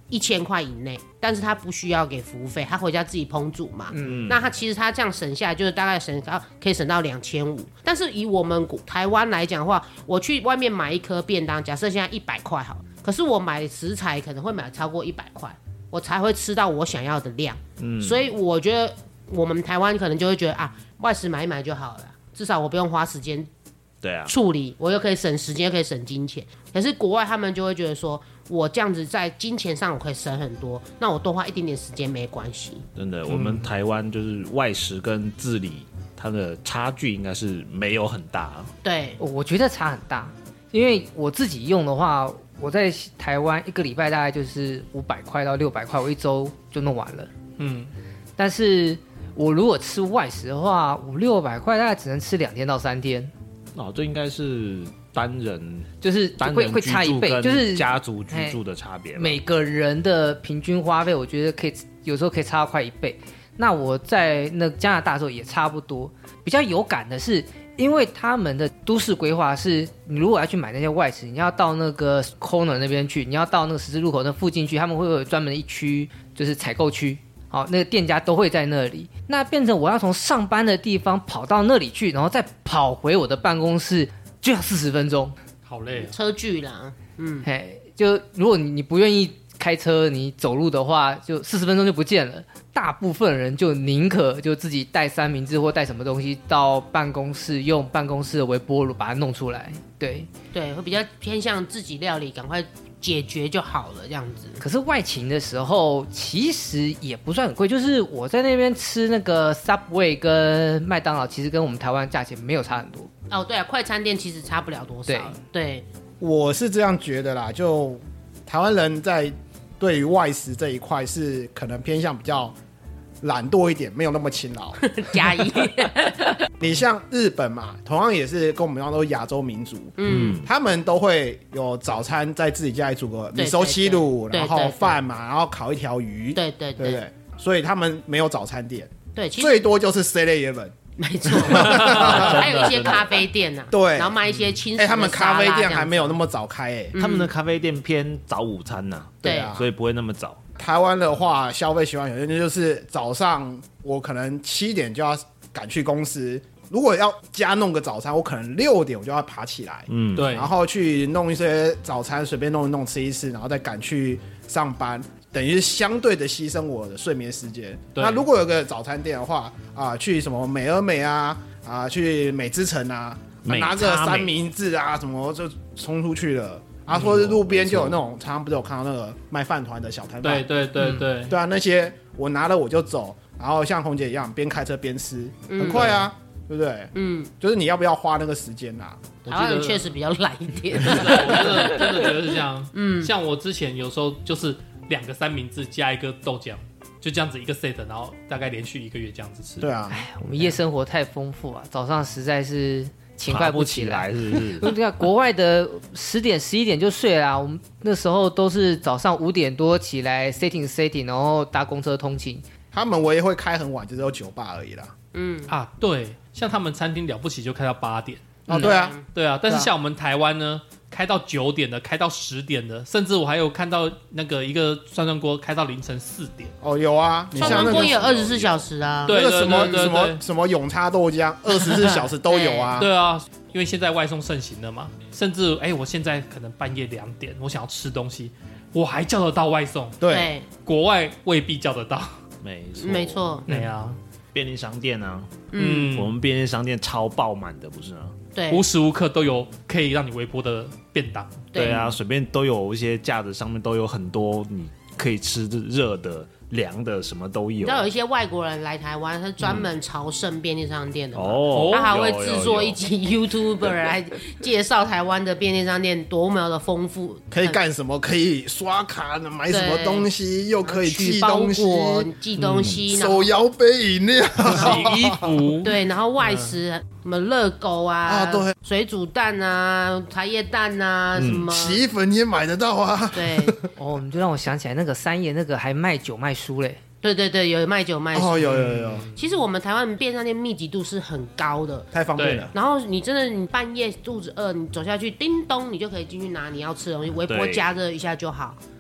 一千块以内，但是他不需要给服务费，他回家自己烹煮嘛。嗯，那他其实他这样省下来，就是大概省到可以省到两千五。但是以我们台湾来讲的话，我去外面买一颗便当，假设现在一百块好，可是我买食材可能会买超过一百块，我才会吃到我想要的量。嗯，所以我觉得我们台湾可能就会觉得啊，外食买一买就好了，至少我不用花时间。 对啊， 处理我又可以省时间，又可以省金钱。可是国外他们就会觉得说，我这样子在金钱上我可以省很多，那我多花一点点时间没关系。 真的，我们台湾就是外食跟自理，它的差距应该是没有很大。 对， 我觉得差很大，因为我自己用的话，我在台湾一个礼拜大概就是五百块到六百块，我一周就弄完了。嗯，但是我如果吃外食的话，五六百块大概只能吃两天到三天。 哦，这应该是单人， 就是会会差一倍，就是家族居住的差别。 每个人的平均花费，我觉得可以有时候可以差到快一倍。那我在那加拿大的时候也差不多。比较有感的是，因为他们的都市规划是，你如果要去买那些外食，你要到那个 corner 那边去，你要到那个十字路口那附近去，他们会有专门的一区，就是采购区。好，那个店家都会在那里，那变成我要从上班的地方跑到那里去，然后再跑回我的办公室，就要四十分钟， 好累啊！ 车距啦，嗯， 嘿，就如果你你不愿意开车，你走路的话，就四十分钟就不见了。大部分人就宁可就自己带三明治或带什么东西到办公室，用办公室的微波炉把它弄出来。对对，会比较偏向自己料理，赶快解决就好了这样子。 可是外勤的时候其实也不算很贵，就是我在那边吃那个 Subway 跟麦当劳，其实跟我们台湾价钱没有差很多。 哦，对啊，快餐店其实差不了多少。对，对我是这样觉得啦。就台湾人在对于外食这一块是可能偏向比较懒惰一点，没有那么勤劳。 加一。 你像日本嘛，同样也是跟我们一样都是亚洲民族，嗯，他们都会有早餐在自己家里煮个米收七卤，然后饭嘛，然后烤一条鱼， 对对 对, 对, 对，所以他们没有早餐店， 对，其实最多就是 seven eleven。 没错，还有一些咖啡店呐、啊， 对， 然后卖一些轻食的哎、欸，他们咖啡店还没有那么早开、欸，哎、 嗯，他们的咖啡店偏早午餐呐、啊， 对啊， 所以不会那么早。 台湾的话，消费习惯有些就是早上我可能七点就要赶去公司，如果要加弄个早餐，我可能六点我就要爬起来， 嗯，对， 然后去弄一些早餐，随便弄一弄吃一吃，然后再赶去上班。等于是相对的牺牲我的睡眠时间。那如果有个早餐店的话，啊，去什么美而美啊，啊，去美之城啊，拿个三明治啊，什么就冲出去了。啊，或者路边就有那种，常常不是有看到那个卖饭团的小摊贩？ 对对对对、 嗯，对啊，那些我拿了我就走，然后像红姐一样边开车边吃，很快啊，对不对？嗯，就是你要不要花那个时间啊？ 台湾人确实比较懒一点， 我真的真的觉得是这样。嗯，像我之前有时候就是两个三明治加一个豆浆，就这样子一个 set， 然后大概连续一个月这样子吃。 对啊， 哎，我们夜生活太丰富啊，早上实在是勤快不起来， 是不是？ 对啊，国外的十点十一点就睡啦，我们那时候都是早上五点多起来 setting setting， 然后搭公车通勤。 他们唯一会开很晚，就是有酒吧而已啦。 嗯啊，对，像他们餐厅了不起就开到八点。 哦，对啊， 对啊，但是像我们台湾呢，开到九点的，开到十点的，甚至我还有看到那个一个涮涮锅开到凌晨四点。 哦，有啊， 涮涮锅也有二十四小时啊， 对那个什么对对对什么什么永差豆浆，二十四小时都有啊。 对啊，因为现在外送盛行了嘛，甚至哎，我现在可能半夜两点，我想要吃东西，我还叫得到外送。 对， 国外未必叫得到。 没错， 没错， 对啊， 便利商店啊， 嗯， 我们便利商店超爆满的，不是吗？ 对， 无时无刻都有可以让你微波的便当。 对啊，随便都有一些架子上面都有很多你可以吃热的、凉的，什么都有。 你知道有一些外国人来台湾，他专门朝圣便利商店的嘛， 哦， 他还会制作一集 YouTuber 来介绍台湾的便利商店多么的丰富， 可以干什么？可以刷卡买什么东西，又可以寄包东西、 裹、寄东西， 手摇杯饮料、 洗衣服， 对，然后外食什么热狗啊， 啊对， 水煮蛋啊，茶叶蛋啊，什么洗衣粉你也买得到啊。 对， 哦，你就让我想起来那个三爷那个还卖酒卖书嘞。 对对对，有卖酒卖书。 哦，有有有。 其实我们台湾便利商店密集度是很高的， 太方便了。 然后你真的你半夜肚子饿，你走下去叮咚，你就可以进去拿你要吃的东西，微波加热一下就好。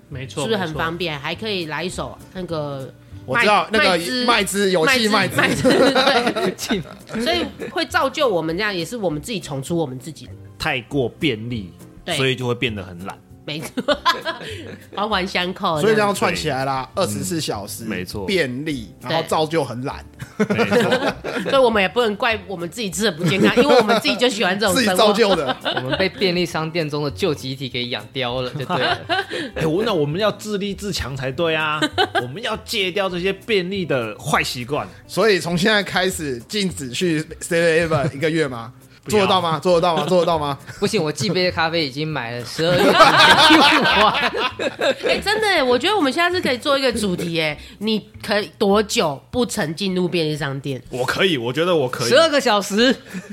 没错， 是不是很方便？还可以来一手那个。 我知道那个麦汁有气麦汁， 麦汁对，所以会造就我们这样，也是我们自己宠出我们自己。 太过便利，所以就会变得很懒。 没错，环环相扣， 所以这样串起来啦，二十四小时， 没错， 便利，然后造就很懒， 没错。 所以我们也不能怪我们自己吃的不健康，因为我们自己就喜欢这种生活， 自己造就的。 我们被便利商店中的旧集体给养刁了，就对了。 哎，那我们要自立自强才对啊！我们要戒掉这些便利的坏习惯。 所以从现在开始禁止去 seven eleven 一个月吗？做得到吗？做得到吗？做得到吗？ 不行，我寄杯的咖啡已经买了十二月用完。 哎、欸，真的，我觉得我们下次可以做一个主题，哎，你可以多久不曾进入便利商店？ 我可以，我觉得我可以。 十二个小时。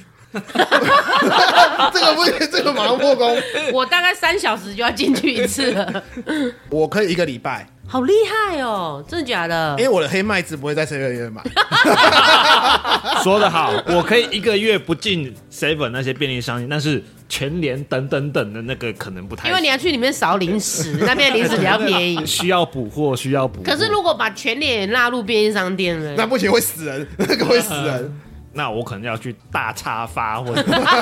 这个不行，这个马上破功。 我大概三小时就要进去一次了。 我可以一个礼拜。 好厉害哦！真的假的？ 因为我的黑麦汁不会在 seven eleven 买。 说得好，我可以一个月不进 seven 那些便利商店，但是全联等等等的那个可能不太。 因为你要去里面扫零食，那边零食比较便宜。 需要补货，需要补货。 可是如果把全联也纳入便利商店呢？ 那不行，会死人，那个会死人。 那我可能要去大插发，或者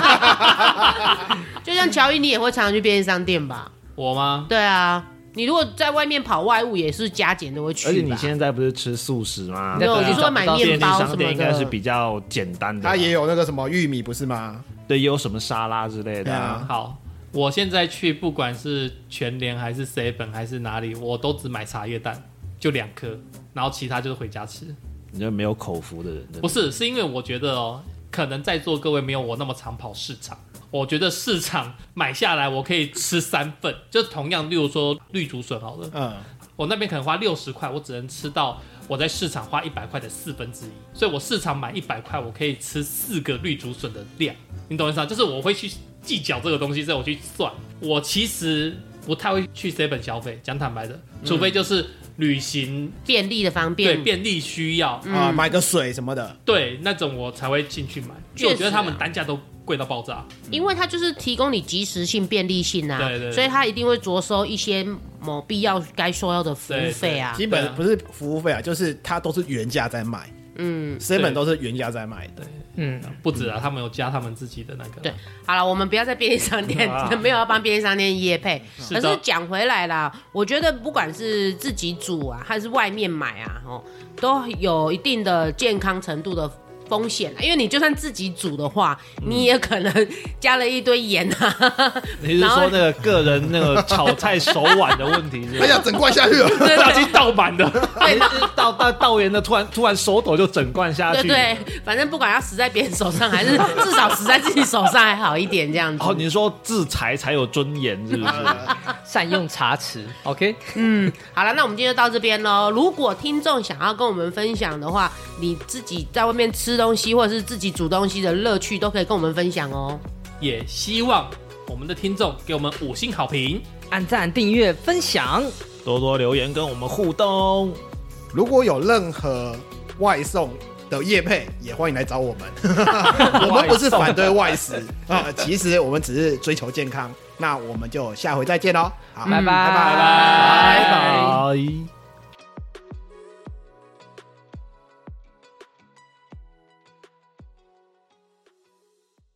就像乔伊，你也会常常去便利商店吧？ 我吗？ 对啊。你如果在外面跑外务，也是加减都会去吧。 而且你现在不是吃素食吗？ 没有，你说买面包什么的， 便利商店应该是比较简单的。 它也有那个什么玉米，不是吗？ 对，也有什么沙拉之类的。 啊、 好，我现在去，不管是全联还是 seven 还是哪里，我都只买茶叶蛋，就两颗，然后其他就是回家吃。 你就没有口福的人？ 不是，是因为我觉得哦，可能在座各位没有我那么常跑市场。我觉得市场买下来，我可以吃三份，就同样，例如说绿竹笋好了，嗯，我那边可能花六十块，我只能吃到我在市场花一百块的四分之一，所以我市场买一百块，我可以吃四个绿竹笋的量，你懂我意思吗？就是我会去计较这个东西，所以我去算。我其实不太会去 seven 消费，讲坦白的，除非就是旅行便利的方便， 对便利需要啊、 嗯呃，买个水什么的， 对那种我才会进去买，因为我觉得他们单价都贵到爆炸， 因为它就是提供你即时性、便利性啊， 对对对， 所以它一定会着收一些某必要该收要的服务费啊。 基本不是服务费啊，就是它都是原价在卖。嗯 ，seven 都是原价在卖的。 嗯，不止啊，他们有加他们自己的那个。 对，好了，我们不要在便利商店，没有要帮便利商店业配。可是讲回来啦，我觉得不管是自己煮啊，还是外面买啊，哦，都有一定的健康程度的风险，因为你就算自己煮的话，嗯、你也可能加了一堆盐啊。 你是说那个个人那个炒菜手腕的问题是吧？ 哎呀，整罐下去了， 炸鸡倒满的， 对，倒倒倒盐的，突然突然手抖就整罐下去。 对对，反正不管要死在别人手上，还是至少死在自己手上还好一点这样子。 哦，你说制裁才有尊严是不是？ 善用茶匙 ，OK？ 嗯，好了，那我们今天就到这边喽。如果听众想要跟我们分享的话，你自己在外面吃东西或者是自己煮东西的乐趣都可以跟我们分享哦。 也希望我们的听众给我们五星好评， 按赞、订阅、分享， 多多留言跟我们互动。 如果有任何外送的业配，也欢迎来找我们。我们不是反对外食啊、呃，其实我们只是追求健康。那我们就下回再见喽，好， 拜拜拜拜拜拜。